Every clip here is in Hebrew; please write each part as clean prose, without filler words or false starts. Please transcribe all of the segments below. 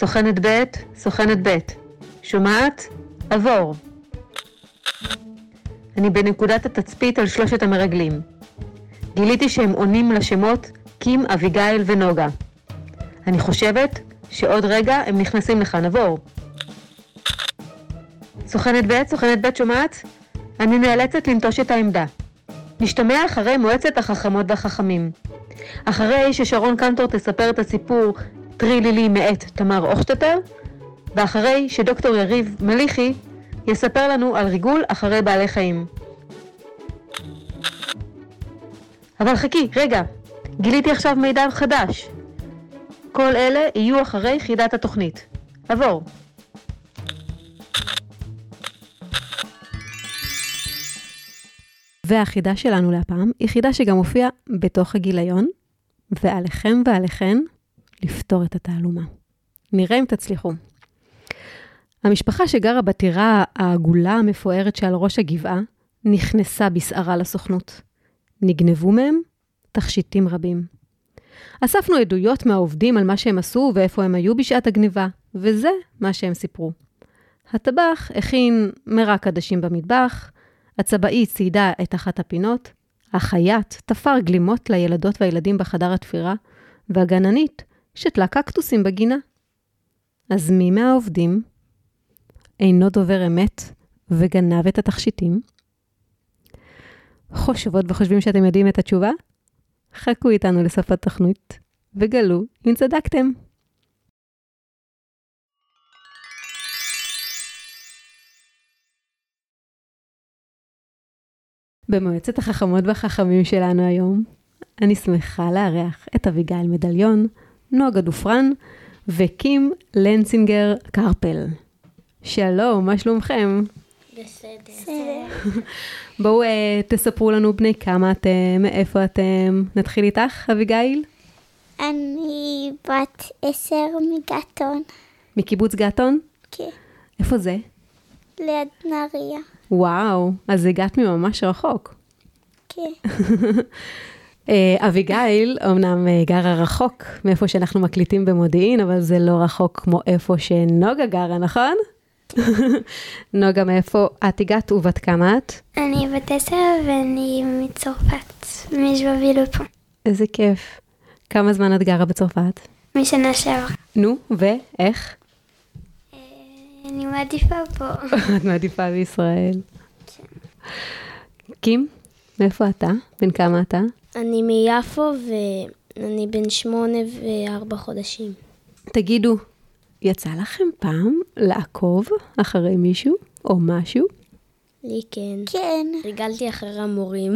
סוכנת ב', שומעת? עבור. אני בנקודת התצפית על 3 המרגלים. גיליתי שהם עונים לשמות קים, אביגיל ונוגה. אני חושבת שעוד רגע הם נכנסים לכאן, עבור. סוכנת ב', שומעת? אני נאלצת לנטוש את העמדה. נשתמע אחרי מועצת החכמות והחכמים. אחרי ששרון קנטור תספר את הסיפור טרילילי מאת תמר אוכשטטר, ואחרי שדוקטור יריב מליחי יספר לנו על ריגול אחרי בעלי חיים. אבל חכי, רגע, גיליתי עכשיו מידע חדש. כל אלה יהיו אחרי חידת התוכנית. עבור. והחידה שלנו להפעם היא חידה שגם הופיעה בתוך הגיליון, ועליכם ועליכן לפתור את התעלומה. נראה אם תצליחו. המשפחה שגרה בטירה העגולה המפוארת שעל ראש הגבעה, נכנסה בסערה לסוכנות. נגנבו מהם תכשיטים רבים. אספנו עדויות מהעובדים על מה שהם עשו ואיפה הם היו בשעת הגניבה, וזה מה שהם סיפרו. הטבח הכין מרק עדשים במטבח, הצבאית ציידה את אחת הפינות, החייט תפר גלימות לילדות והילדים בחדר התפירה, והגננית שתלה קקטוסים בגינה. אז מי מהעובדים אינו דובר אמת וגנב את התכשיטים? חושבות וחושבים שאתם יודעים את התשובה? חכו איתנו לסוף התוכנית וגלו אם צדקתם. במועצת החכמות והחכמים שלנו היום, אני שמחה לארח את אביגיל מדליון, נוגה דופרן וקים לנסינגר קרפל. שלום, מה שלומכם? בסדר. בואו תספרו לנו בני כמה אתם, מאיפה אתם. נתחיל איתך, אביגיל? אני בת 10 מגעתון. מקיבוץ געתון? כן. איפה זה? ליד נהריה. וואו, אז הגעת ממש רחוק. כן. אביגיל אומנם גרה רחוק מאיפה שאנחנו מקליטים במודיעין, אבל זה לא רחוק כמו איפה שנוגה גרה, נכון? נוגה, מאיפה את הגעת ובת כמה את? אני בת 10 ואני מצרפת, מז'וואבי-לפון. איזה כיף. כמה זמן את גרה בצרפת? משנה שעברה. נו, ואיך? אני מעדיפה פה. את מעדיפה בישראל. קים, מאיפה אתה? בן כמה אתה? אני מיפו ואני בן 8 ו4 חודשים. תגידו, יצא לכם פעם לעקוב אחרי מישהו או משהו? לי כן. כן. ריגלתי אחרי המורים.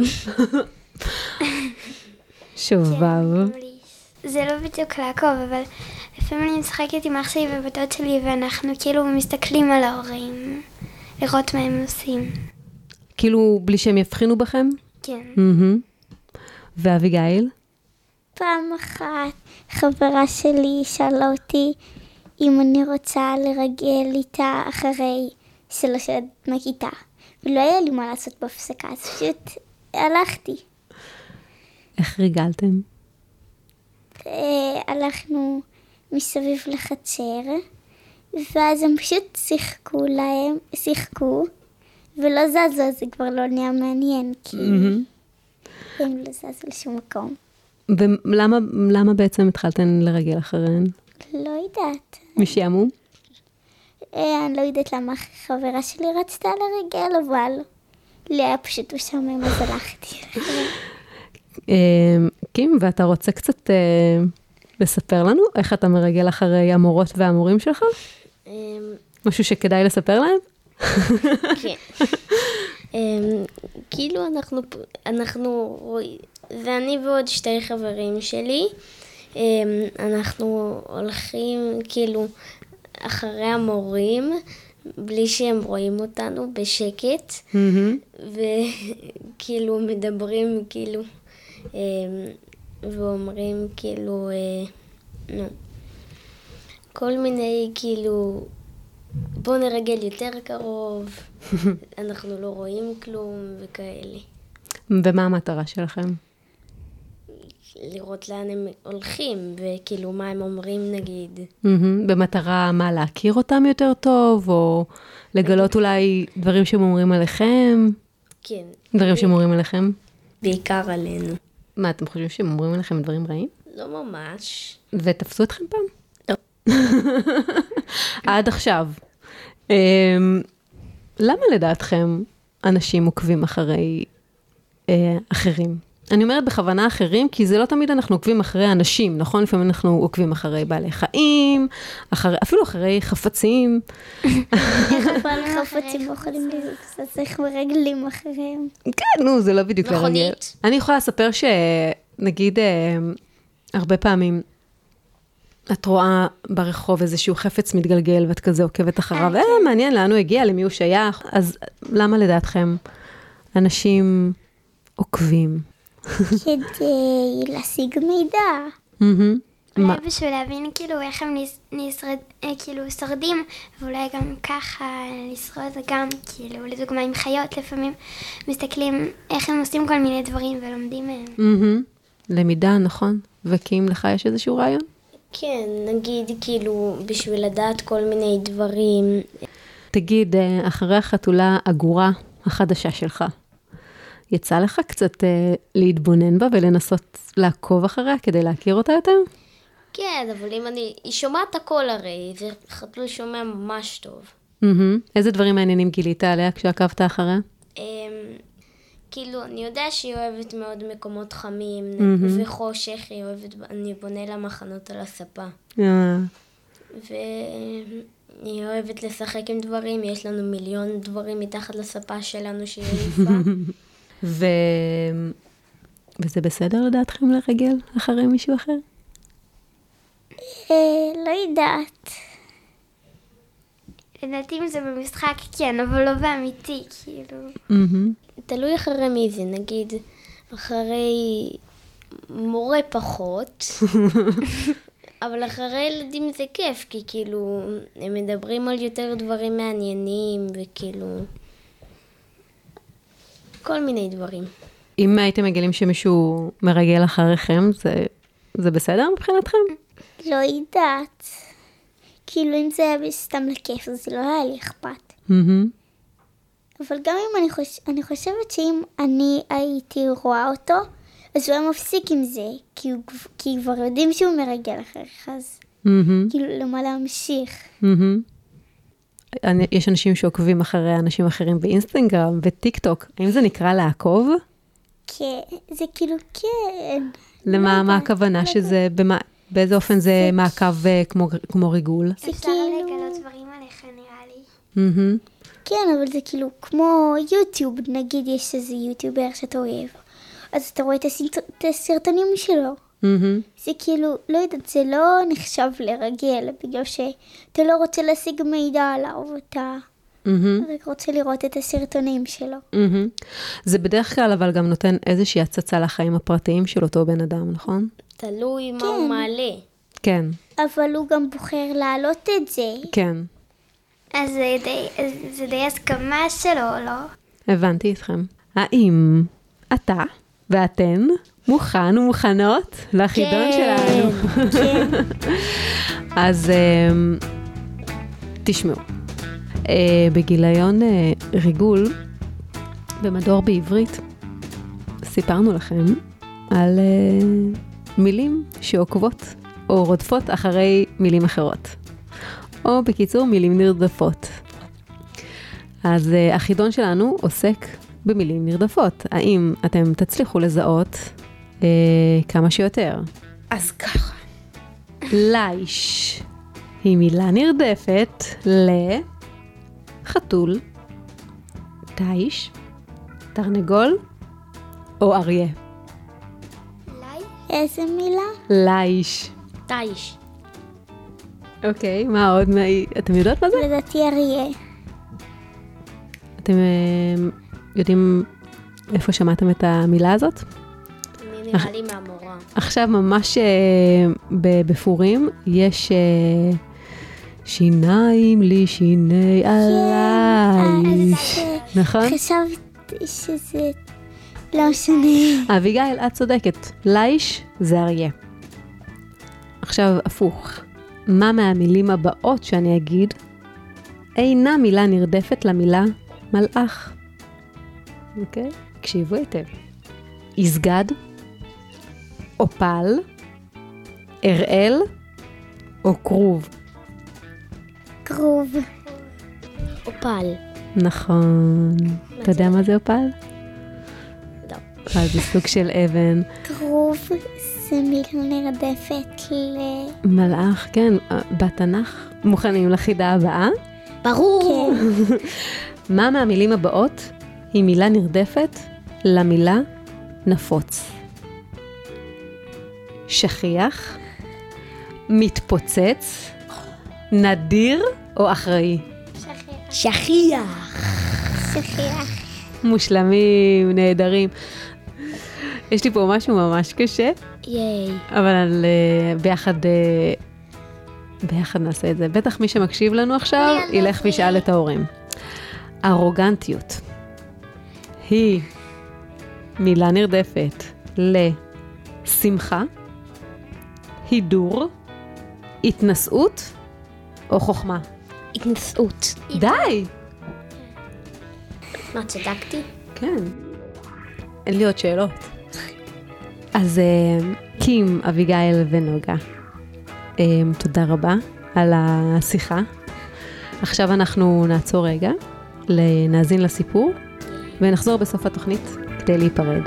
שובב. זה לא בדיוק לעקוב, אבל לפעמים אני משחקת עם אח שלי ובתות שלי, ואנחנו כאילו מסתכלים על ההורים, לראות מה הם עושים. כאילו בלי שהם יבחינו בכם? כן. ואביגיל? פעם אחת חברה שלי שאלה אותי אם אני רוצה לרגל איתה אחרי 3 מהכיתה. ולא היה לי מה לעשות בהפסקה, אז פשוט הלכתי. איך ריגלתם? הלכנו מסביב לחצר, ואז הם פשוט שיחקו, ולא זזו, זה כבר לא נהיה מעניין, כי הם לא זזו לשום מקום. ולמה בעצם התחלתן לרגל אחריהן? לא יודעת. משעמום? אני לא יודעת למה חברה שלי רצתה לרגל, אבל לי היה פשוט משעמם, אז הלכתי. קים, ואתה רוצה קצת לספר לנו איך אתה מרגל אחרי המורות והמורים שלך? משהו שכדאי לספר להם? כן. כאילו אנחנו, ואני ועוד 2 חברים שלי, אנחנו הולכים כאילו אחרי המורים, בלי שהם רואים אותנו בשקט, וכאילו מדברים כאילו, ואומרים כאילו, כל מיני כאילו, בוא נרגל יותר קרוב, אנחנו לא רואים כלום וכאלה. ומה המטרה שלכם? לראות לאן הם הולכים, וכאילו מה הם אומרים נגיד. במטרה מה, להכיר אותם יותר טוב, או לגלות אולי דברים שהם אומרים עליכם? כן. דברים שהם אומרים עליכם? בעיקר עלינו. מה, אתם חושבים שהם אומרים עליכם דברים רעים? לא ממש. ותפסו אתכם פעם? לא. עד עכשיו. למה לדעתכם אנשים עוקבים אחרי אחרים? אני אומרת בכוונה אחרים, כי זה לא תמיד אנחנו עוקבים אחרי אנשים, נכון? לפעמים אנחנו עוקבים אחרי בעלי חיים, אפילו אחרי חפצים. חפצים לא יכולים להיות, צריך ברגלים אחריהם. כן, נו, זה לא בדיוק לרגל. מכונית. אני יכולה לספר שנגיד, הרבה פעמים, את רואה ברחוב איזשהו חפץ מתגלגל, ואת כזה עוקבת אחריו, מעניין לאן הוא הגיע, למי הוא שייך, אז למה לדעתכם אנשים עוקבים? כדי להשיג מידע. אולי בשביל להבין כאילו איך הם כאילו שורדים, ואולי גם ככה לשרוד גם, כאילו לדוגמה עם חיות לפעמים מסתכלים איך הם עושים כל מיני דברים ולומדים מהם. למידה, נכון. וקים לך יש איזשהו רעיון? כן, נגיד כאילו בשביל לדעת כל מיני דברים. תגיד, אחרי החתולה הגורה החדשה שלך, יצא לך קצת להתבונן בה ולנסות לעקוב אחריה כדי להכיר אותה יותר? כן, אבל אם היא שומעת הכל הרי, וחתול שומע ממש טוב. איזה דברים מעניינים גילית עליה כשעקבת אחריה? כאילו, אני יודע שהיא אוהבת מאוד מקומות חמים, וחושך, אני בונה לה מחנות על הספה. והיא אוהבת לשחק עם דברים, יש לנו מיליון דברים מתחת לספה שלנו שהיא עיפה. וזה בסדר לדעתכם לרגל אחרי מישהו אחר? לא יודעת. לדעתי אם זה במשחק כן, אבל לא באמיתי, כאילו. תלוי אחרי מי זה, נגיד, אחרי מורה פחות, אבל אחרי ילדים זה כיף, כי כאילו, הם מדברים על יותר דברים מעניינים, וכאילו, כל מיני דברים. אם הייתם מגלים שמישהו מרגל אחריכם, זה בסדר מבחינתכם? לא יודעת. כאילו אם זה היה סתם לכיף, אז זה לא היה לי אכפת. אבל גם אם אני חושבת שאם אני הייתי רואה אותו, אז הוא היה מפסיק עם זה, כי כבר יודעים שהוא מרגל אחריך, אז כאילו למה להמשיך. יש אנשים שעוקבים אחרי אנשים אחרים באינסטגרם וטיק טוק, האם זה נקרא לעקוב? כן, זה כאילו כן. מה הכוונה שזה, באיזה אופן זה מעקב כמו ריגול? אפשר לגלות דברים עליך נראה לי. כן, אבל זה כאילו כמו יוטיוב, נגיד יש איזה יוטיובר שאתה אוהב, אז אתה רואה את הסרטונים שלו. זה כאילו, לא יודעת, זה לא נחשב לרגל, בגלל שאתה לא רוצה להשיג מידע עליו, אתה רק רוצה לראות את הסרטונים שלו. זה בדרך כלל אבל גם נותן איזושהי הצצה לחיים הפרטיים של אותו בן אדם, נכון? תלוי מה הוא מעלה. כן. אבל הוא גם בוחר להעלות את זה. כן. אז זה די הסכמה שלו, לא? הבנתי אתכם. האם אתה ואתן מוכן ומוכנות לחידון שלנו? כן. אז תשמעו. בגיליון ריגול, במדור בעברית, סיפרנו לכם על מילים שעוקבות או רודפות אחרי מילים אחרות. או בקיצור מילים נרדפות. אז החידון שלנו עוסק במילים נרדפות. האם אתם תצליחו לזהות כמה שיותר? אז ככה. לייש היא מילה נרדפת לחתול, תיש, תרנגול או אריה. איזה מילה? לייש. תיש. אוקיי, מה עוד? אתם יודעות מה זה? לדעתי אריה. אתם יודעים איפה שמעתם את המילה הזאת? אני נראה לי מהמורה. עכשיו ממש בפורים יש שיניים לי שיני עלייך. נכון? חשבתי שזה לא משנה. אביגיל, את צודקת. ליש זה אריה. עכשיו הפוך. מה מהמילים הבאות שאני אגיד אינה מילה נרדפת למילה מלאך? אוקיי? הקשיבו היטב. יסגד, אופל, אראל או קרוב? קרוב. אופל. נכון. אתה יודע מה זה אופל? לא. אופל זה סוג של אבן. קרוב זה מילה נרדפת מלאך, כן, בתנ"ך. מוכנים לחידה הבאה? ברור. כן. מה מהמילים הבאות היא מילה נרדפת למילה נפוץ? שכיח, מתפוצץ, נדיר או אחראי? שכיח. שכיח. מושלמים, נהדרים. יש לי פה משהו ממש קשה, ייי. אבל ביחד נעשה את זה. בטח מי שמקשיב לנו עכשיו ילך וישאל את ההורים. ארוגנטיות היא מילה נרדפת לשמחה, הידור, התנשאות או חוכמה? התנשאות. די! מה, צדקתי? כן. אין לי עוד שאלות. אז קים, אביגיל ונוגה, תודה רבה על השיחה. עכשיו אנחנו נעצור רגע, נאזין לסיפור, ונחזור בסוף התוכנית כדי להיפרד.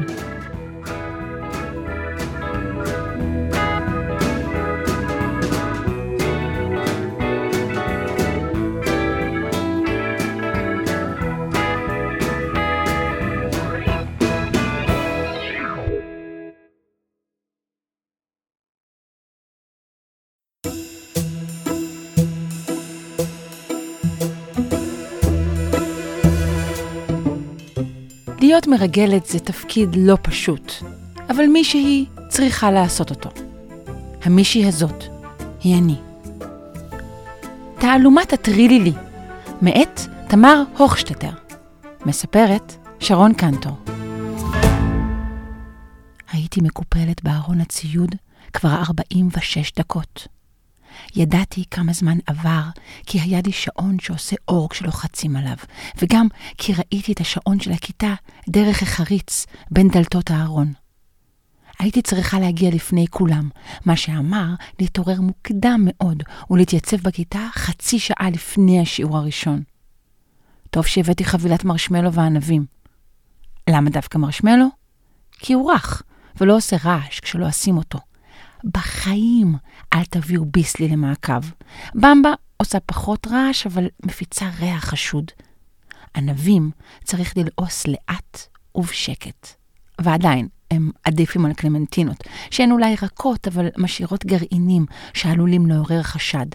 להיות מרגלת זה תפקיד לא פשוט, אבל מישהי צריכה לעשות אותו. המישהי הזאת היא אני. תעלומת הטרילי לי, מאת תמר הוכשטטר, מספרת שרון קנטור. הייתי מקופלת בארון הציוד כבר 46 דקות. ידעתי כמה זמן עבר, כי היה לי שעון שעושה אור כשלוחצים עליו, וגם כי ראיתי את השעון של הכיתה דרך החריץ בין דלתות הארון. הייתי צריכה להגיע לפני כולם, מה שאמר להתעורר מוקדם מאוד ולהתייצב בכיתה חצי שעה לפני השיעור הראשון. טוב שהבאתי חבילת מרשמלו וענבים. למה דווקא מרשמלו? כי הוא רך ולא עושה רעש כשלא אשים אותו. בחיים אל תביאו ביסלי למעקב. במבה עושה פחות רעש, אבל מפיצה ריח חשוד. ענבים צריך ללעוס לאט ובשקט. ועדיין, הם עדיפים על קלמנטינות, שהן אולי רכות, אבל משאירות גרעינים שעלולים לעורר חשד.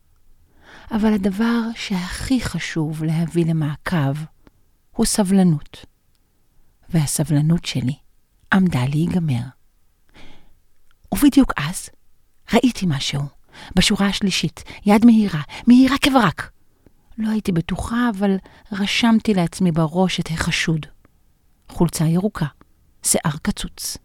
אבל הדבר שהכי חשוב להביא למעקב הוא סבלנות. והסבלנות שלי עמדה להיגמר. ובדיוק אז ראיתי משהו, בשורה השלישית, יד מהירה כברק. לא הייתי בטוחה, אבל רשמתי לעצמי בראש את החשוד. חולצה ירוקה, שיער קצוץ.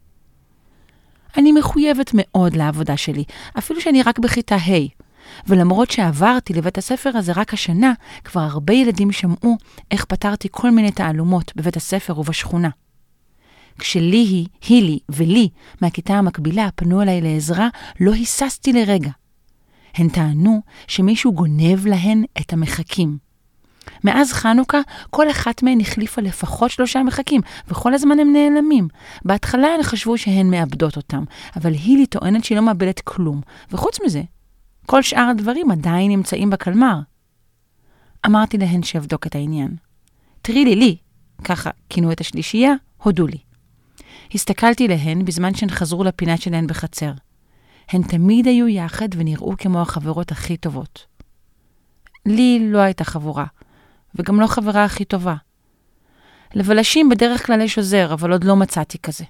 אני מחויבת מאוד לעבודה שלי, אפילו שאני רק בכיתה ה', ולמרות שעברתי לבית הספר הזה רק השנה, כבר הרבה ילדים שמעו איך פתרתי כל מיני תעלומות בבית הספר ובשכונה. כשליהי, הילי ולי מהכיתה המקבילה פנו אליי לעזרה, לא היססתי לרגע. הן טענו שמישהו גונב להן את המחקים. מאז חנוכה, כל אחת מהן החליפה לפחות 3 מחקים, וכל הזמן הם נעלמים. בהתחלה הן חשבו שהן מאבדות אותם, אבל הילי טוענת שהיא לא מאבדת כלום, וחוץ מזה, כל שאר הדברים עדיין נמצאים בקלמר. אמרתי להן שאבדוק את העניין. טרילי לי, ככה כינו את השלישייה, הודו לי. הסתכלתי להן בזמן שהן חזרו לפינה שלהן בחצר. הן תמיד היו יחד ונראו כמו החברות הכי טובות. לי לא הייתה חבורה, וגם לא חברה הכי טובה. לבלשים בדרך כלל יש עוזר, אבל עוד לא מצאתי כזה.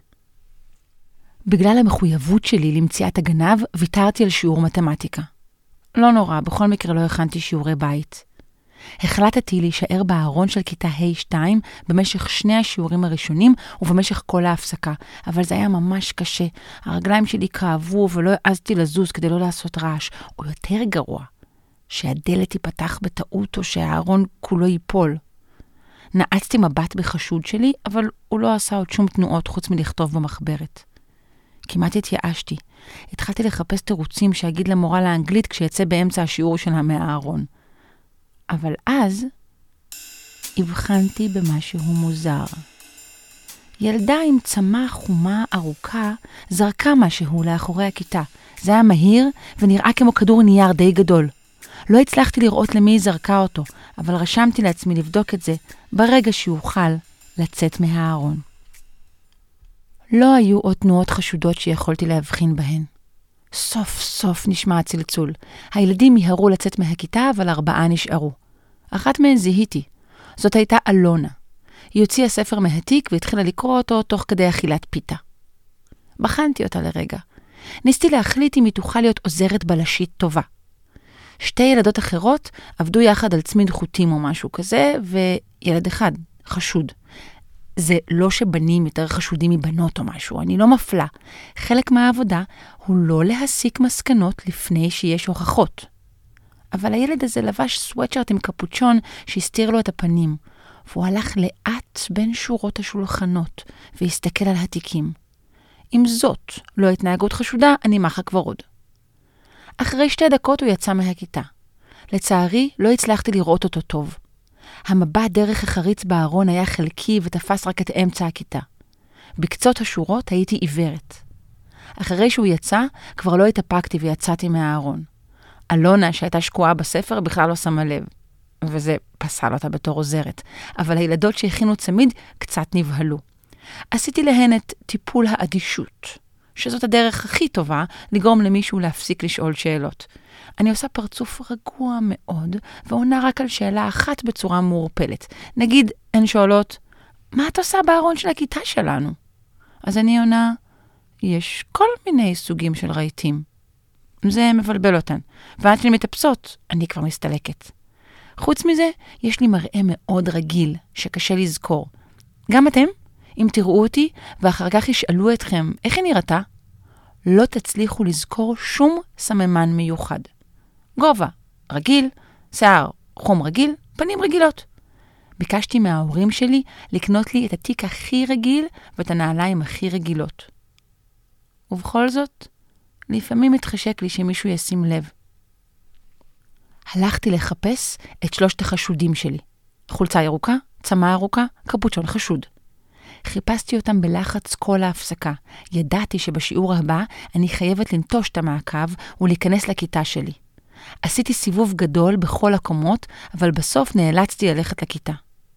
בגלל המחויבות שלי למציאת הגנב, ויתרתי על שיעור מתמטיקה. לא נורא, בכל מקרה לא הכנתי שיעורי בית. החלטתי להישאר בארון של כיתה ה'2 במשך 2 השיעורים הראשונים ובמשך כל ההפסקה, אבל זה היה ממש קשה. הרגליים שלי כאבו ולא העזתי לזוז כדי לא לעשות רעש, או יותר גרוע, שהדלת תיפתח בטעות או שהארון כולו ייפול. נעצתי מבט בחשוד שלי, אבל הוא לא עשה עוד שום תנועות חוץ מלכתוב במחברת. כמעט התייאשתי. התחלתי לחפש תירוצים שאגיד למורה לאנגלית כשיצא באמצע השיעור שלה מהארון. אבל אז הבחנתי במשהו מוזר. ילדה עם צמה חומה ארוכה זרקה משהו לאחורי הכיתה. זה היה מהיר ונראה כמו כדור נייר די גדול. לא הצלחתי לראות למי היא זרקה אותו, אבל רשמתי לעצמי לבדוק את זה ברגע שאוכל לצאת מהארון. לא היו עוד תנועות חשודות שיכולתי להבחין בהן. סוף סוף נשמע הצלצול. הילדים מיהרו לצאת מהכיתה, אבל 4 נשארו. אחת מהן זיהיתי. זאת הייתה אלונה. היא הוציאה ספר מהתיק והתחילה לקרוא אותו תוך כדי אכילת פיתה. בחנתי אותה לרגע. ניסיתי להחליט אם היא תוכל להיות עוזרת בלשית טובה. 2 ילדות אחרות עבדו יחד על צמיד חוטים או משהו כזה, וילד אחד, חשוד. זה לא שבנים יותר חשודים מבנות או משהו, אני לא מפלה. חלק מהעבודה הוא לא להסיק מסקנות לפני שיש הוכחות. אבל הילד הזה לבש סוואטשרט עם קפוצ'ון שהסתיר לו את הפנים, והוא הלך לאט בין שורות השולחנות והסתכל על התיקים. עם זאת, לא התנהגות חשודה, אני מחה כבר עוד. אחרי 2 דקות הוא יצא מהכיתה. לצערי, לא הצלחתי לראות אותו טוב. המבט דרך החריץ בארון היה חלקי ותפס רק את אמצע הכיתה. בקצות השורות הייתי עיוורת. אחרי שהוא יצא, כבר לא התאפקתי ויצאתי מהארון. אלונה, שהייתה שקועה בספר, בכלל לא שמה לב. וזה פסל אותה בתור עוזרת. אבל הילדות שהכינו צמיד קצת נבהלו. עשיתי להן את טיפול האדישות, שזאת הדרך הכי טובה לגרום למישהו להפסיק לשאול שאלות. אני עושה פרצוף רגוע מאוד, ועונה רק על שאלה אחת בצורה מעורפלת. נגיד, הן שואלות, מה את עושה בארון של הכיתה שלנו? אז אני עונה, יש כל מיני סוגים של רהיטים. זה מבלבל אותן. ועד שהן מתאפסות, אני כבר מסתלקת. חוץ מזה, יש לי מראה מאוד רגיל, שקשה לזכור. גם אתם, אם תראו אותי, ואחר כך ישאלו אתכם, איך היא נראתה? לא תצליחו לזכור שום סממן מיוחד. גובה, רגיל, שיער, חום רגיל, פנים רגילות. ביקשתי מההורים שלי לקנות לי את התיק הכי רגיל ואת הנעליים הכי רגילות. ובכל זאת, לפעמים מתחשק לי שמישהו ישים לב. הלכתי לחפש את 3 החשודים שלי. חולצה ירוקה, צמה ארוכה, קפוצ'ון חשוד. חיפשתי אותם בלחץ כל ההפסקה. ידעתי שבשיעור הבא אני חייבת לנטוש את המעקב ולהיכנס לכיתה שלי. עשיתי סיבוב גדול בכל הקומות, אבל בסוף נאלצתי ללכת לכיתה.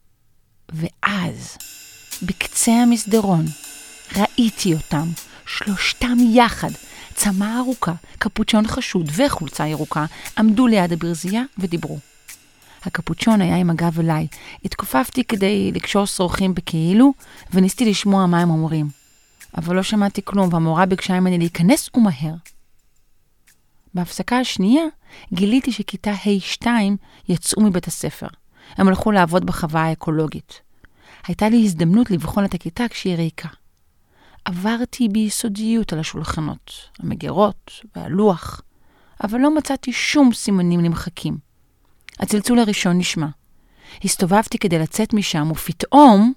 ואז, בקצה המסדרון, ראיתי אותם, 3 יחד, צמה ארוכה, קפוצ'ון חשוד וחולצה ירוקה, עמדו ליד הברזייה ודיברו. הקפוצ'ון היה עם הגב אליי. התכופפתי כדי לקשור שרוכים בכאילו, וניסיתי לשמוע מה הם אומרים. אבל לא שמעתי כלום, והמורה ביקשה ממני להיכנס ומהר. בהפסקה השנייה, גיליתי שכיתה ה'2 יצאו מבית הספר. הם הלכו לעבוד בחווה האקולוגית. הייתה לי הזדמנות לבחון את הכיתה כשהיא ריקה. עברתי ביסודיות על השולחנות, המגירות והלוח, אבל לא מצאתי שום סימנים נמחקים. הצלצול הראשון נשמע. הסתובבתי כדי לצאת משם, ופתאום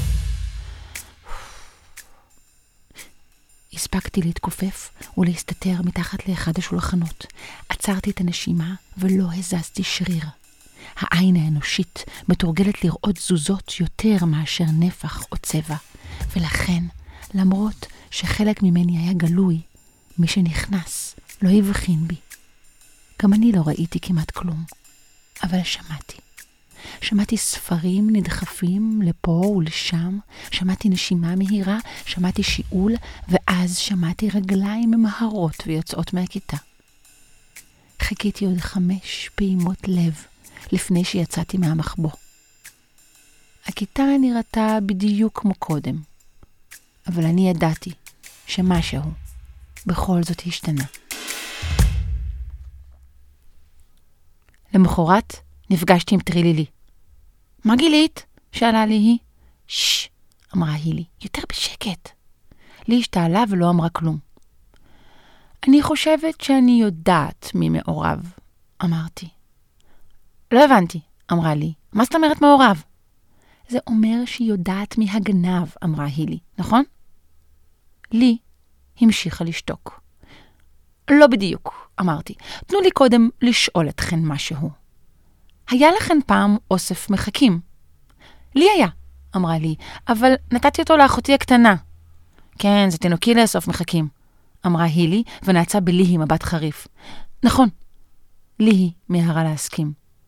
הספקתי להתכופף ולהסתתר מתחת לאחד השולחנות. עצרתי את הנשימה ולא הזזתי שריר. העין האנושית מתורגלת לראות תזוזות יותר מאשר נפח או צבע, ולכן, למרות שחלק ממני היה גלוי, מי שנכנס לא הבחין בי. גם אני לא ראיתי כמעט כלום, אבל שמעתי. שמעתי ספרים נדחפים לפה ולשם, שמעתי נשימה מהירה, שמעתי שיעול, ואז שמעתי רגליים ממהרות ויוצאות מהכיתה. חיכיתי עוד 5 פעימות לב לפני שיצאתי מהמחבוא. הכיתה נראתה בדיוק כמו קודם, אבל אני ידעתי שמשהו בכל זאת השתנה. למחרת נפגשתי עם טרילילי. מה גילית? שאלה לי היא. שש, אמרה הילי, יותר בשקט. לי השתעלה ולא אמרה כלום. אני חושבת שאני יודעת מי מעורב, אמרתי. לא הבנתי, אמרה לי. מה זאת אומרת מעורב? זה אומר שהיא יודעת מי הגנב, אמרה הילי, נכון? לי המשיכה לשתוק. לא בדיוק, אמרתי. תנו לי קודם לשאול אתכן משהו. היה לכן פעם אוסף מחכים? לי היה, אמרה לי, אבל נתתי אותו לאחותי הקטנה. כן, זה תינוקי לאסוף מחכים, אמרה הילי ונעצה בלי מבט חריף. נכון, לי מהרה להסכים.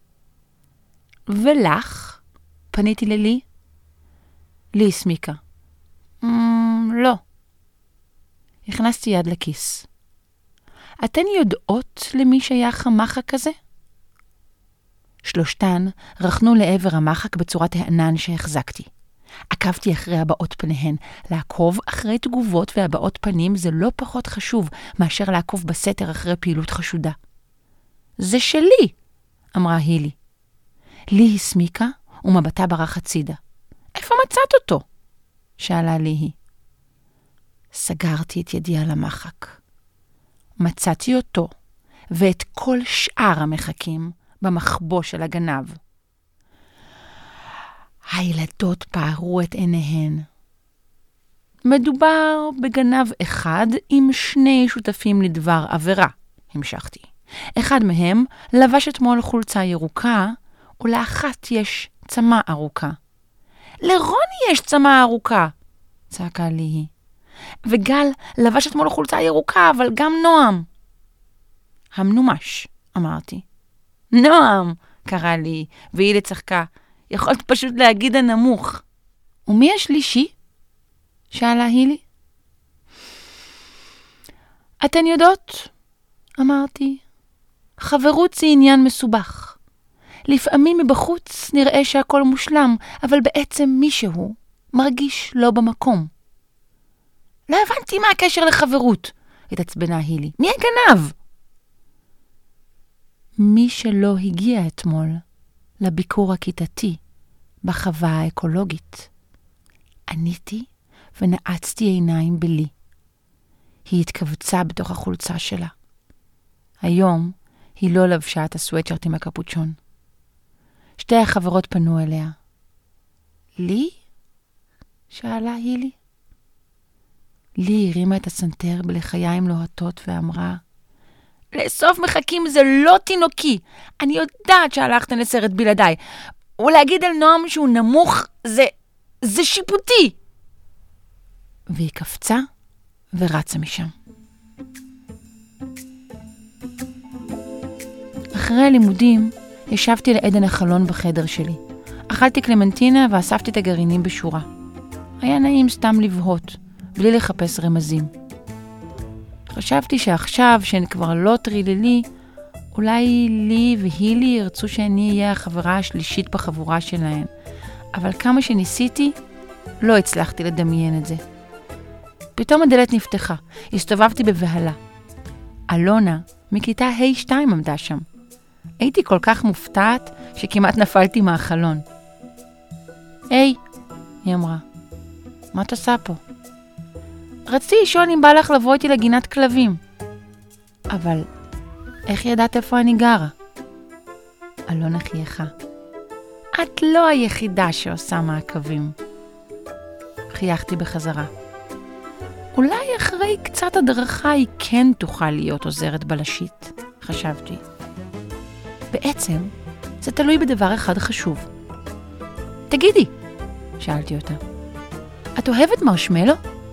ולך? פניתי ללי. לי הסמיקה. לא. הכנסתי יד לכיס. אתן יודעות למי שייך המחק הזה? שלושתן רחנו לעבר המחק בצורת הענן שהחזקתי. עקבתי אחרי הבעות פניהן. לעקוב אחרי תגובות והבעות פנים זה לא פחות חשוב מאשר לעקוב בסתר אחרי פעילות חשודה. זה שלי, אמרה הילי. לי הסמיקה ומבטה ברח הצידה. איפה מצאת אותו? שאלה לי היא. סגרתי את ידי על המחק. מצאתי אותו ואת כל שאר המחקים במחבוא של הגנב. הילדות פערו את עיניהן. מדובר בגנב אחד עם שני שותפים לדבר עבירה, המשכתי. אחד מהם לבש אתמול חולצה ירוקה, ולאחת יש צמה ארוכה. לרוני יש צמה ארוכה, צעקה לי היא. וגל לבש אתמול חולצה ירוקה, אבל גם נועם. המנומש, אמרתי. נועם, קרא לי, והיא לצחקה. יכולת פשוט להגיד הנמוך. ומי השלישי? שאלה הילי. אתן יודעות? אמרתי. חברות זה עניין מסובך. לפעמים מבחוץ נראה שהכל מושלם, אבל בעצם מישהו מרגיש לא במקום. לא הבנתי מה הקשר לחברות, התעצבנה הילי. מי הגנב? מי שלא הגיע אתמול לביקור הכיתתי בחווה האקולוגית. עניתי ונעצתי עיניים בלי. היא התכווצה בתוך החולצה שלה. היום היא לא לבשה את הסוויטשרט עם הקפוצ'ון. שתי החברות פנו אליה. לי? שאלה הילי. לי הרימה את הסנטר בלחיים לוהטות ואמרה, לאסוף מחכים זה לא תינוקי. אני יודעת שהלכתן לסרט בלעדיי. ולהגיד על נועם שהוא נמוך זה שיפוטי. והיא קפצה ורצה משם. אחרי הלימודים ישבתי לעדן החלון בחדר שלי. אכלתי קלמנטינה ואספתי את הגרעינים בשורה. היה נעים סתם לבהות, בלי לחפש רמזים. חשבתי שעכשיו שהן כבר לא טריללי, אולי לי והילי ירצו שאני אהיה החברה השלישית בחבורה שלהן. אבל כמה שניסיתי, לא הצלחתי לדמיין את זה. פתאום הדלת נפתחה, הסתובבתי בבהלה. אלונה מכיתה ה'2 עמדה שם. הייתי כל כך מופתעת שכמעט נפלתי מהחלון. היי, היא אמרה, מה את עושה פה? רציתי לשאול אם בא לך לבוא איתי לגינת כלבים. אבל איך ידעת איפה אני גרה? אלונה חייכה. את לא היחידה שעושה מעקבים. חייכתי בחזרה. אולי אחרי קצת הדרכה היא כן תוכל להיות עוזרת בלשית, חשבתי. בעצם זה תלוי בדבר אחד חשוב. תגידי, שאלתי אותה, את אוהבת מרשמלו?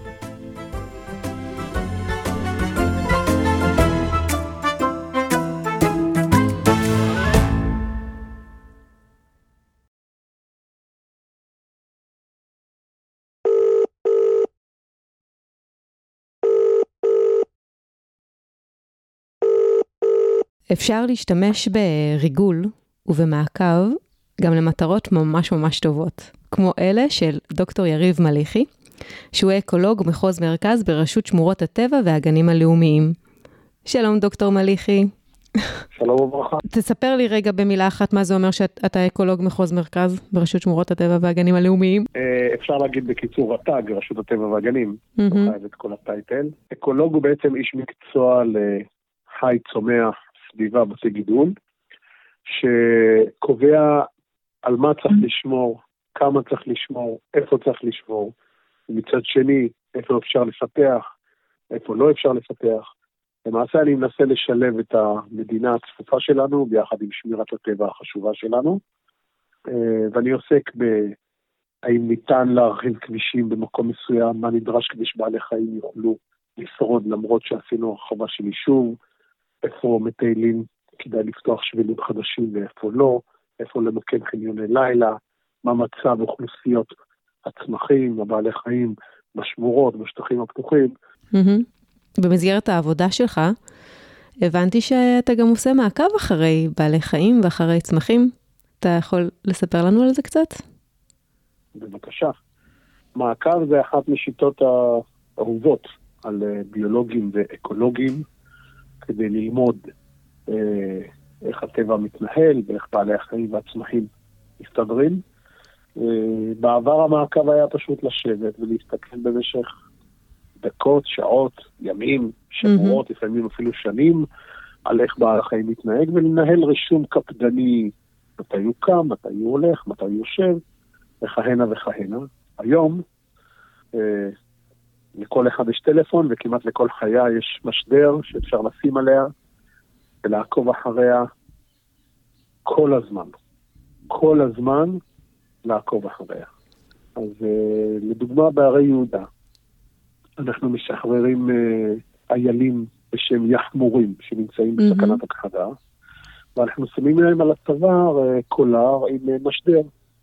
אפשר להשתמש בריגול ובמעקב גם למטרות ממש ממש טובות, כמו אלה של דוקטור יריב מליחי, שהוא אקולוג מחוז מרכז ברשות שמורות הטבע והגנים הלאומיים. שלום דוקטור מליחי. שלום וברכה. תספר לי רגע במילה אחת מה זה אומר שאתה אקולוג מחוז מרכז ברשות שמורות הטבע והגנים הלאומיים. אפשר להגיד בקיצור רט"ג, רשות הטבע והגנים, לא חייב את כל הטייטל. אקולוג הוא בעצם איש מקצוע לחי, צומח, סביבה, בתי גידול, שקובע על מה צריך לשמור, כמה צריך לשמור, איפה צריך לשמור, ומצד שני, איפה אפשר לפתח, איפה לא אפשר לפתח. למעשה אני מנסה לשלב את המדינה הצפופה שלנו ביחד עם שמירת הטבע החשובה שלנו, ואני עוסק האם ניתן להרחיב כבישים במקום מסוים, מה נדרש כדי שבעלי חיים יוכלו לשרוד למרות שעשינו הרחבה של יישוב, איפה מטיילים כדאי לפתוח שבילים חדשים ואיפה לא, איפה למקם חניוני לילה, מה מצב אוכלוסיות הצמחים, הבעלי חיים בשמורות, בשטחים הפתוחים. במסגרת העבודה שלך, הבנתי שאתה גם עושה מעקב אחרי בעלי חיים ואחרי צמחים. אתה יכול לספר לנו על זה קצת? בבקשה. מעקב זה אחת משיטות האהובות על ביולוגים ואקולוגים, כדי ללמוד איך הטבע מתנהל ואיך בעלי החיים והצמחים מסתדרים. בעבר המעקב היה פשוט לשבת ולהסתכל במשך דקות, שעות, ימים, שבועות, לפעמים אפילו שנים, על איך בעל החיים מתנהג, ולנהל רישום קפדני, מתי הוא קם, מתי הוא הולך, מתי הוא יושב, וכהנה וכהנה. היום, לכל אחד יש טלפון, וכמעט לכל חיה יש משדר שאפשר לשים עליה, ולעקוב אחריה כל הזמן. כל הזמן לעקוב אחריה. אז לדוגמה בערי יהודה, אנחנו משחררים איילים בשם יחמורים שנמצאים בסכנת הכחדה, ואנחנו שמים להם על הצוואר קולר עם משדר.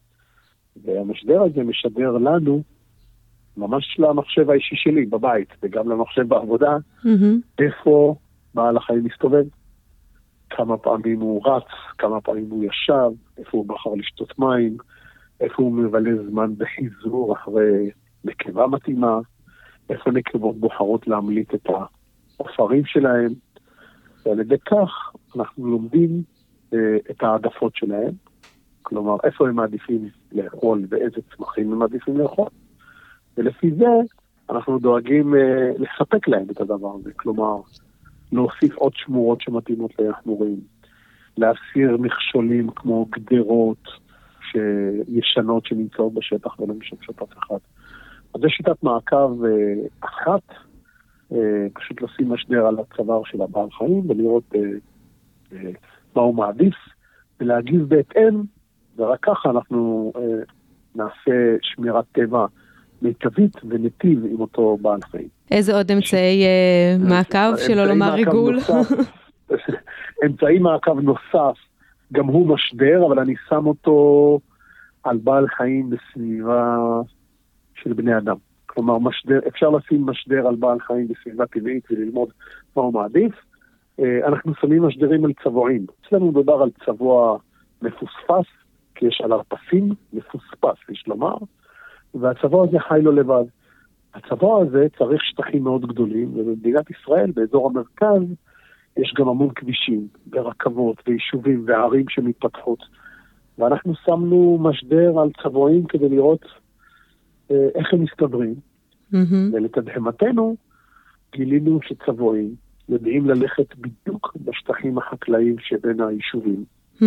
והמשדר הזה משדר לנו, ממש למחשב האישי שלי בבית, וגם למחשב בעבודה, איפה בעל החיים מסתובב, כמה פעמים הוא רץ, כמה פעמים הוא ישב, איפה הוא בחר לשתות מים, איפה הוא מבלה זמן בחיזור אחרי נקבה מתאימה, איפה נקבות בוחרות להמליט את האופרים שלהם, ועל ידי כך אנחנו לומדים את העדפות שלהם, כלומר איפה הם מעדיפים לאכול ואיזה צמחים הם מעדיפים לאכול, ולפי זה אנחנו דואגים לספק להם את הדבר הזה, כלומר להוסיף עוד שמורות שמתאימות ליחמורים, להסיר מכשולים כמו גדרות ישנות שנמצאות בשטח ולא משמשות אף אחד. אז זו שיטת מעקב אחת, פשוט לשים משדר על הצוואר של הבעל חיים ולראות מה הוא מעדיף ולהגיב בהתאם, ורק ככה אנחנו נעשה שמירת טבע מיטבית וניטיב עם אותו בעל חיים. איזה עוד אמצעי מעקב, שלא לומר ריגול? אמצעי מעקב נוסף, גם הוא משדר, אבל אני שם אותו על בעל חיים בסביבה של בני אדם. כלומר, אפשר לשים משדר על בעל חיים בסביבה טבעית וללמוד מה הוא מעדיף. אנחנו שמים משדרים על צבועים. אצלנו מדובר על צבוע מפוספס, כי יש על הרפסים מפוספס, יש לומר, והצבוע הזה חי לו לבד. הצבוע הזה צריך שטחים מאוד גדולים, ובמדינת ישראל, באזור המרכז, יש גם המון כבישים, ורכבות, ויישובים, וערים שמתפתחות. ואנחנו שמנו משדר על צבועים כדי לראות איך הם מסתדרים. ולתדהמתנו, גילינו שצבועים יודעים ללכת בדיוק בשטחים החקלאיים שבין היישובים.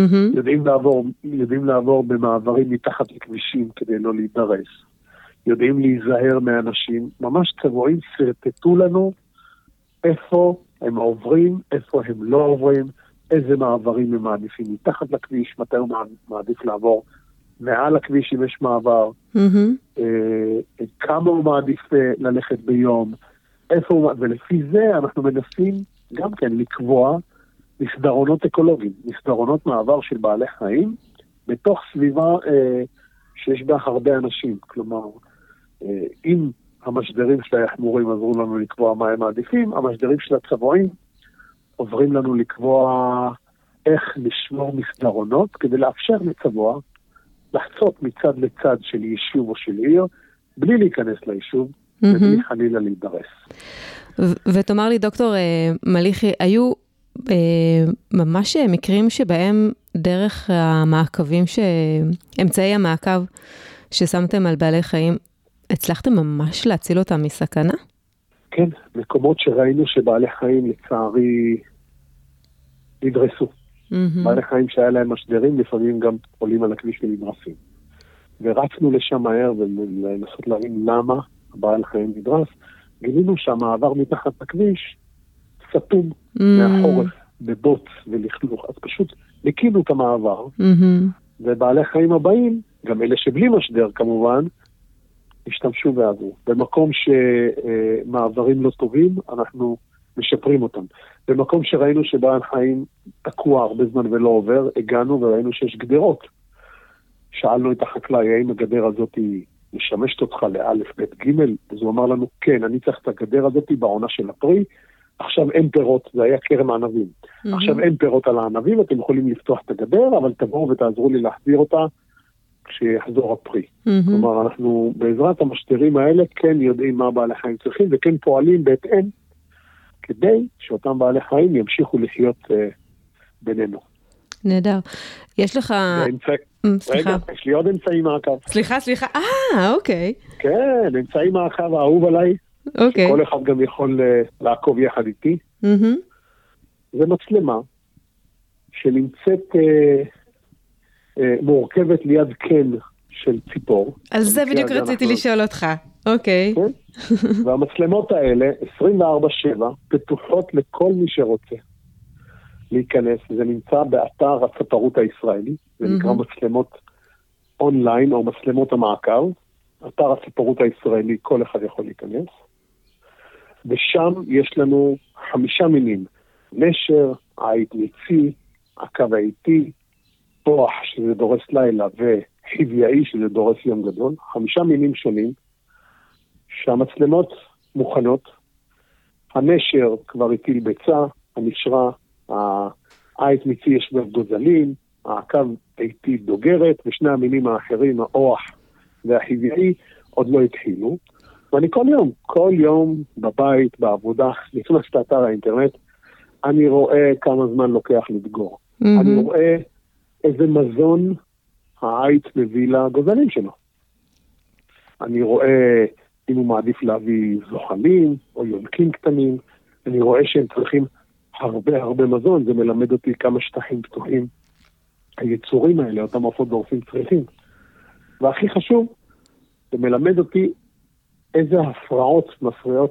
יודעים לעבור במעברים מתחת לכבישים כדי לא להידרס. יודעים להיזהר מאנשים. ממש צבועים סרטטו לנו איפה הם עוברים, איפה הם לא עוברים, איזה מעברים הם מעדיפים מתחת לכביש, מתי הוא מעדיף לעבור מעל הכביש אם יש מעבר, כמה הוא מעדיף ללכת ביום, איפה הוא, ולפי זה אנחנו מנסים גם כן לקבוע מסדרונות אקולוגיים, מסדרונות מעבר של בעלי חיים, בתוך סביבה שיש בה הרבה אנשים. כלומר, אם המשדרים של היחמורים עזרו לנו לקבוע מה הם מעדיפים, המשדרים של הצבועים עוברים לנו לקבוע איך לשמור מסדרונות, כדי לאפשר לצבוע לחצות מצד לצד של יישוב או של עיר, בלי להיכנס ליישוב, ובלי חלילה להידרס. ותאמר לי, דוקטור מליחי, היו ממש מקרים שבהם דרך המעקבים, אמצעי המעקב ששמתם על בעלי חיים, הצלחתם ממש להציל אותם מסכנה? כן, מקומות שראינו שבעלי חיים לצערי נדרסו. בעלי חיים שהיה להם משדרים, לפעמים גם עולים על הכביש ונדרסים. ורצנו לשם מהר ולנסות להבין למה הבעל חיים נדרס. גילינו שהמעבר מתחת הכביש סתום מהחורף, בבוץ ולכלוך. אז פשוט ניקינו את המעבר, ובעלי חיים הבאים, גם אלה שבלי משדר כמובן, השתמשו ועברו. במקום שמעברים לא טובים, אנחנו משפרים אותם. במקום שראינו שבעל חיים תקוע הרבה זמן ולא עובר, הגענו וראינו שיש גדרות. שאלנו את החקלאי, האם הגדר הזאת היא משמשת אותך לאלף, בית ג', אז הוא אמר לנו, כן, אני צריך את הגדר הזאת בעונה של הפרי, עכשיו אין פירות, זה היה קרם הענבים. עכשיו אין פירות על הענבים, אתם יכולים לפתוח את הגדר, אבל תבואו ותעזרו לי להחזיר אותה כשיחזור הפרי. כלומר, אנחנו בעזרת המשדרים האלה כן יודעים מה בעלי חיים צריכים, וכן פועלים בהתאם, כדי שאותם בעלי חיים ימשיכו לחיות בינינו. נהדר. יש לך... רגע, יש לי עוד אמצעי מעקב. סליחה. אוקיי. כן, אמצעי מעקב האהוב עליי. אוקיי. שכל אחד גם יכול לעקוב יחד איתי. זה מצלמה שנמצאת מורכבת ליד קן של ציפור. על זה בדיוק רציתי לשאול אותך. אוקיי. והמצלמות האלה, 24/7, פתוחות לכל מי שרוצה להיכנס. זה נמצא באתר הצפרות הישראלי, זה נקרא מצלמות אונליין או מצלמות המעקב. אתר הצפרות הישראלי, כל אחד יכול להיכנס. ושם יש לנו 5 מינים, נשר, עית ניצי, עקב העיתי, פוח שזה דורס לילה וחיוויאי שזה דורס יום גדול, 5 מינים שונים, שהמצלמות מוכנות, הנשר כבר הטיל ביצה, הנשרה, העית ניצי יש בו גוזלים, העקב העיתי דוגרת, ושני המינים האחרים, האוח והחיוויאי, עוד לא התחילו. ואני כל יום בבית, בעבודה, נכנס לאתר האינטרנט, אני רואה כמה זמן לוקח לדגור. אני רואה איזה מזון העית מביא לגוזלים שלו. אני רואה אם הוא מעדיף להביא זוחלים או יונקים קטנים. אני רואה שהם צריכים הרבה מזון. זה מלמד אותי כמה שטחים פתוחים היצורים האלה, אותם עופות דורסים צריכים. והכי חשוב, זה מלמד אותי איזה הפרעות מפריעות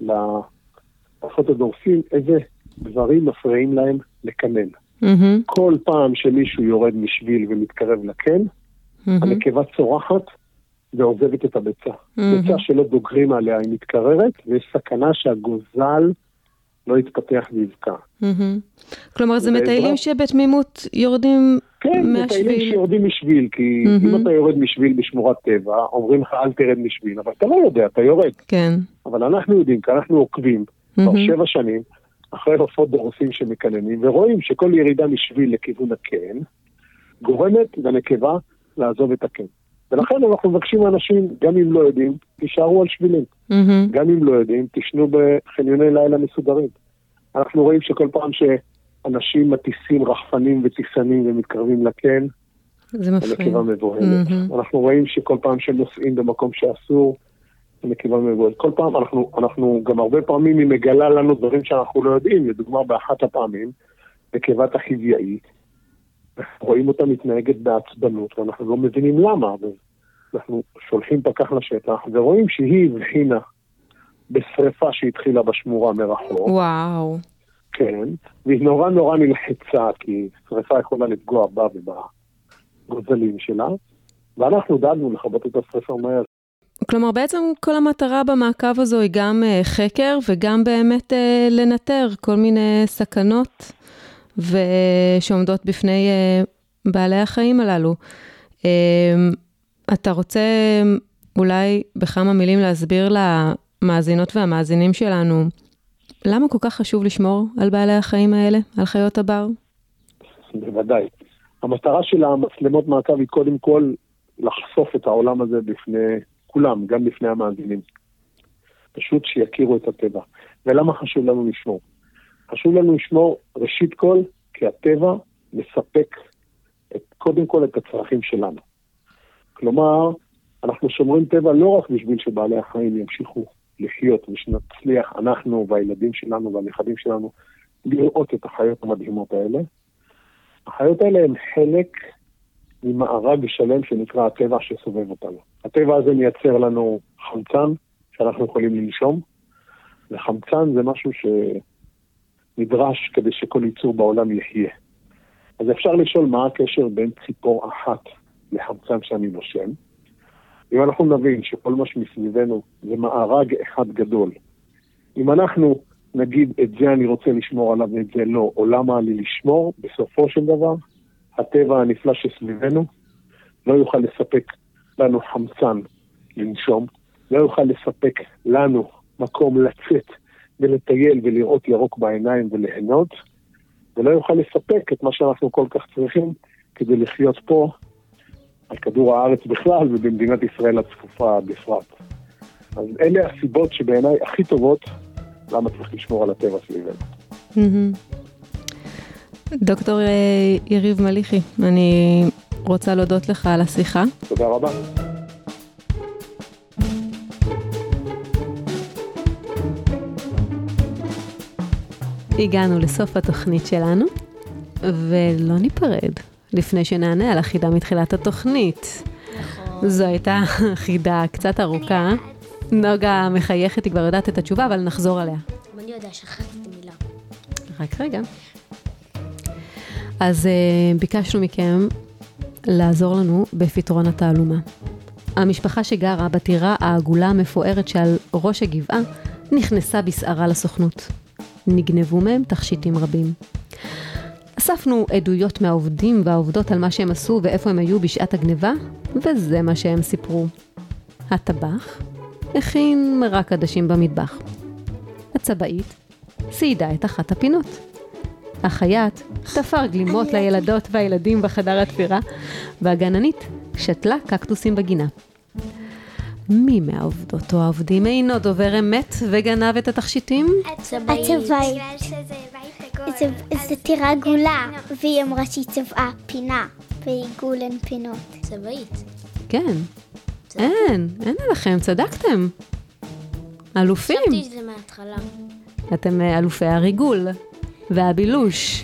לעופות הדורסים, איזה דברים מפריעים להם לקנן. כל פעם שמישהו יורד משביל ומתקרב לקן, הנקבה צורחת ועוזבת את הביצה. ביצה שלא דוגרים עליה היא מתקררת, ויש סכנה שהגוזל לא יתפתח ויבקע. כלומר, זה מטיילים שבתמימות יורדים כן, מהשביל. כן, מטיילים שיורדים משביל, כי אם אתה יורד משביל בשמורת טבע, אומרים לך אל תרד משביל, אבל אתה לא יודע, אתה יורד. כן. אבל אנחנו יודעים, כי אנחנו עוקבים כבר 7 שנים, אחרי עופות דורסים שמקננים, ורואים שכל ירידה משביל לכיוון הקן, גורמת לנקבה לעזוב את הקן. ולכן אנחנו מבקשים מאנשים, גם אם לא יודעים, תישארו על שבילים. גם אם לא יודעים, תשנו בחניוני לילה מסודרים. אנחנו רואים שכל פעם שאנשים מטיסים רחפנים וטיסנים ומתקרבים לקן, הנקבה מבוהלת. אנחנו רואים שכל פעם שנוסעים במקום שאסור, הנקבה מבוהלת. כל פעם, אנחנו גם הרבה פעמים היא מגלה לנו דברים שאנחנו לא יודעים. לדוגמה, באחת הפעמים, נקבת החיוויאית, רואים אותה מתנהגת בעצבנות, ואנחנו לא מבינים למה. אנחנו שולחים פקח לשטח, ורואים שהיא הבחינה בשריפה שהתחילה בשמורה מרחוק. וואו. כן, והיא נורא נלחצה, כי שריפה יכולה לפגוע בה ובגוזלים שלה, ואנחנו דאגנו לכבות את השריפה מהר. כלומר, בעצם כל המטרה במעקב הזו היא גם חקר, וגם באמת לנטר כל מיני סכנות, ושעומדות בפני בעלי החיים הללו. אתה רוצה אולי בכמה מילים להסביר למאזינות והמאזינים שלנו, למה כל כך חשוב לשמור על בעלי החיים האלה, על חיות הבר? בוודאי. המטרה של המצלמות מעקב היא קודם כל לחשוף את העולם הזה בפני כולם, גם בפני המאזינים. פשוט שיכירו את הטבע. ולמה חשוב לנו לשמור? חשוב לנו לשמור ראשית כל, כי הטבע מספק קודם כל את הצרכים שלנו. כלומר, אנחנו שומרים טבע לא רק בשביל שבעלי החיים ימשיכו לחיות, ושנצליח אנחנו והילדים שלנו והנכדים שלנו לראות את החיות המדהימות האלה. החיות האלה הן חלק ממארג שלם שנקרא הטבע שסובב אותנו. הטבע הזה מייצר לנו חמצן שאנחנו יכולים לנשום, וחמצן זה משהו שנדרש כדי שכל ייצור בעולם יחיה. אז אפשר לשאול מה הקשר בין ציפור אחת לחמצן שאני נושם. אם אנחנו נבין שכל מה שמסביבנו זה מארג אחד גדול, אם אנחנו נגיד את זה אני רוצה לשמור עליו ואת זה לא, או למה לי לשמור, בסופו של דבר, הטבע הנפלא שסביבנו לא יוכל לספק לנו חמצן לנשום, לא יוכל לספק לנו מקום לצאת ולטייל ולראות ירוק בעיניים וליהנות, ולא יוכל לספק את מה שאנחנו כל כך צריכים כדי לחיות פה, על כדור הארץ בכלל ובמדינת ישראל הצפופה בפרט. אז אלה הסיבות שבעיניי הכי טובות למה צריך לשמור על הטבע סביבנו. דוקטור יריב מליחי, אני רוצה להודות לך על השיחה. תודה רבה. הגענו לסוף התוכנית שלנו, ולא ניפרד לפני שנענה על החידה מתחילת התוכנית. נכון. זו הייתה חידה קצת ארוכה. נוגה מחייכת, היא כבר יודעת את התשובה, אבל נחזור עליה. אני יודע, שכחתי מילה. רק רגע. אז ביקשנו מכם לעזור לנו בפתרון התעלומה. המשפחה שגרה בטירה העגולה המפוארת שעל ראש הגבעה נכנסה בסערה לסוכנות. נגנבו מהם תכשיטים רבים. אספנו עדויות מהעובדים והעובדות על מה שהם עשו ואיפה הם היו בשעת הגניבה, וזה מה שהם סיפרו. הטבח הכין מרק עדשים במטבח. הצבאית סיידה את אחת הפינות. החייט תפר גלימות לילדות והילדים בחדר התפירה, והגננית שתלה קקטוסים בגינה. מי מהעובדות או העובדים אינו דובר אמת וגנב את התכשיטים? הצבאית. זה טירה עגולה, והיא אמרה שהיא צבעה פינה, ועיגול אין פינות. צבאית. כן. אין עליכם, צדקתם. אלופים. חשבתי שזה מההתחלה. אתם אלופי הריגול והבילוש.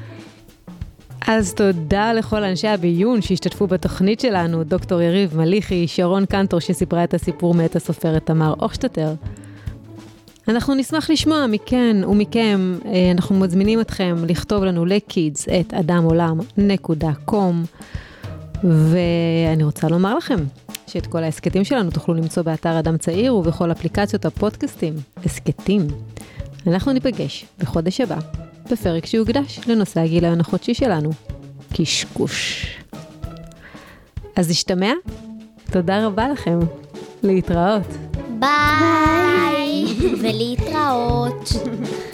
אז תודה לכל אנשי הביון שהשתתפו בתוכנית שלנו, דוקטור יריב מליחי, שרון קנטור שסיפרה את הסיפור מאת הסופרת תמר הוכשטטר. אנחנו נשמח לשמוע מכן ומכם, אנחנו מזמינים אתכם לכתוב לנו ל-kids@adamolam.com, ואני רוצה לומר לכם שאת כל העסקטים שלנו תוכלו למצוא באתר אדם צעיר ובכל אפליקציות הפודקאסטים, עסקטים. אנחנו ניפגש בחודש הבא, בפרק שיוקדש לנושא הגיליון החודשי שלנו, קשקוש. אז נשתמע? תודה רבה לכם. להתראות. ביי. ולהתראות.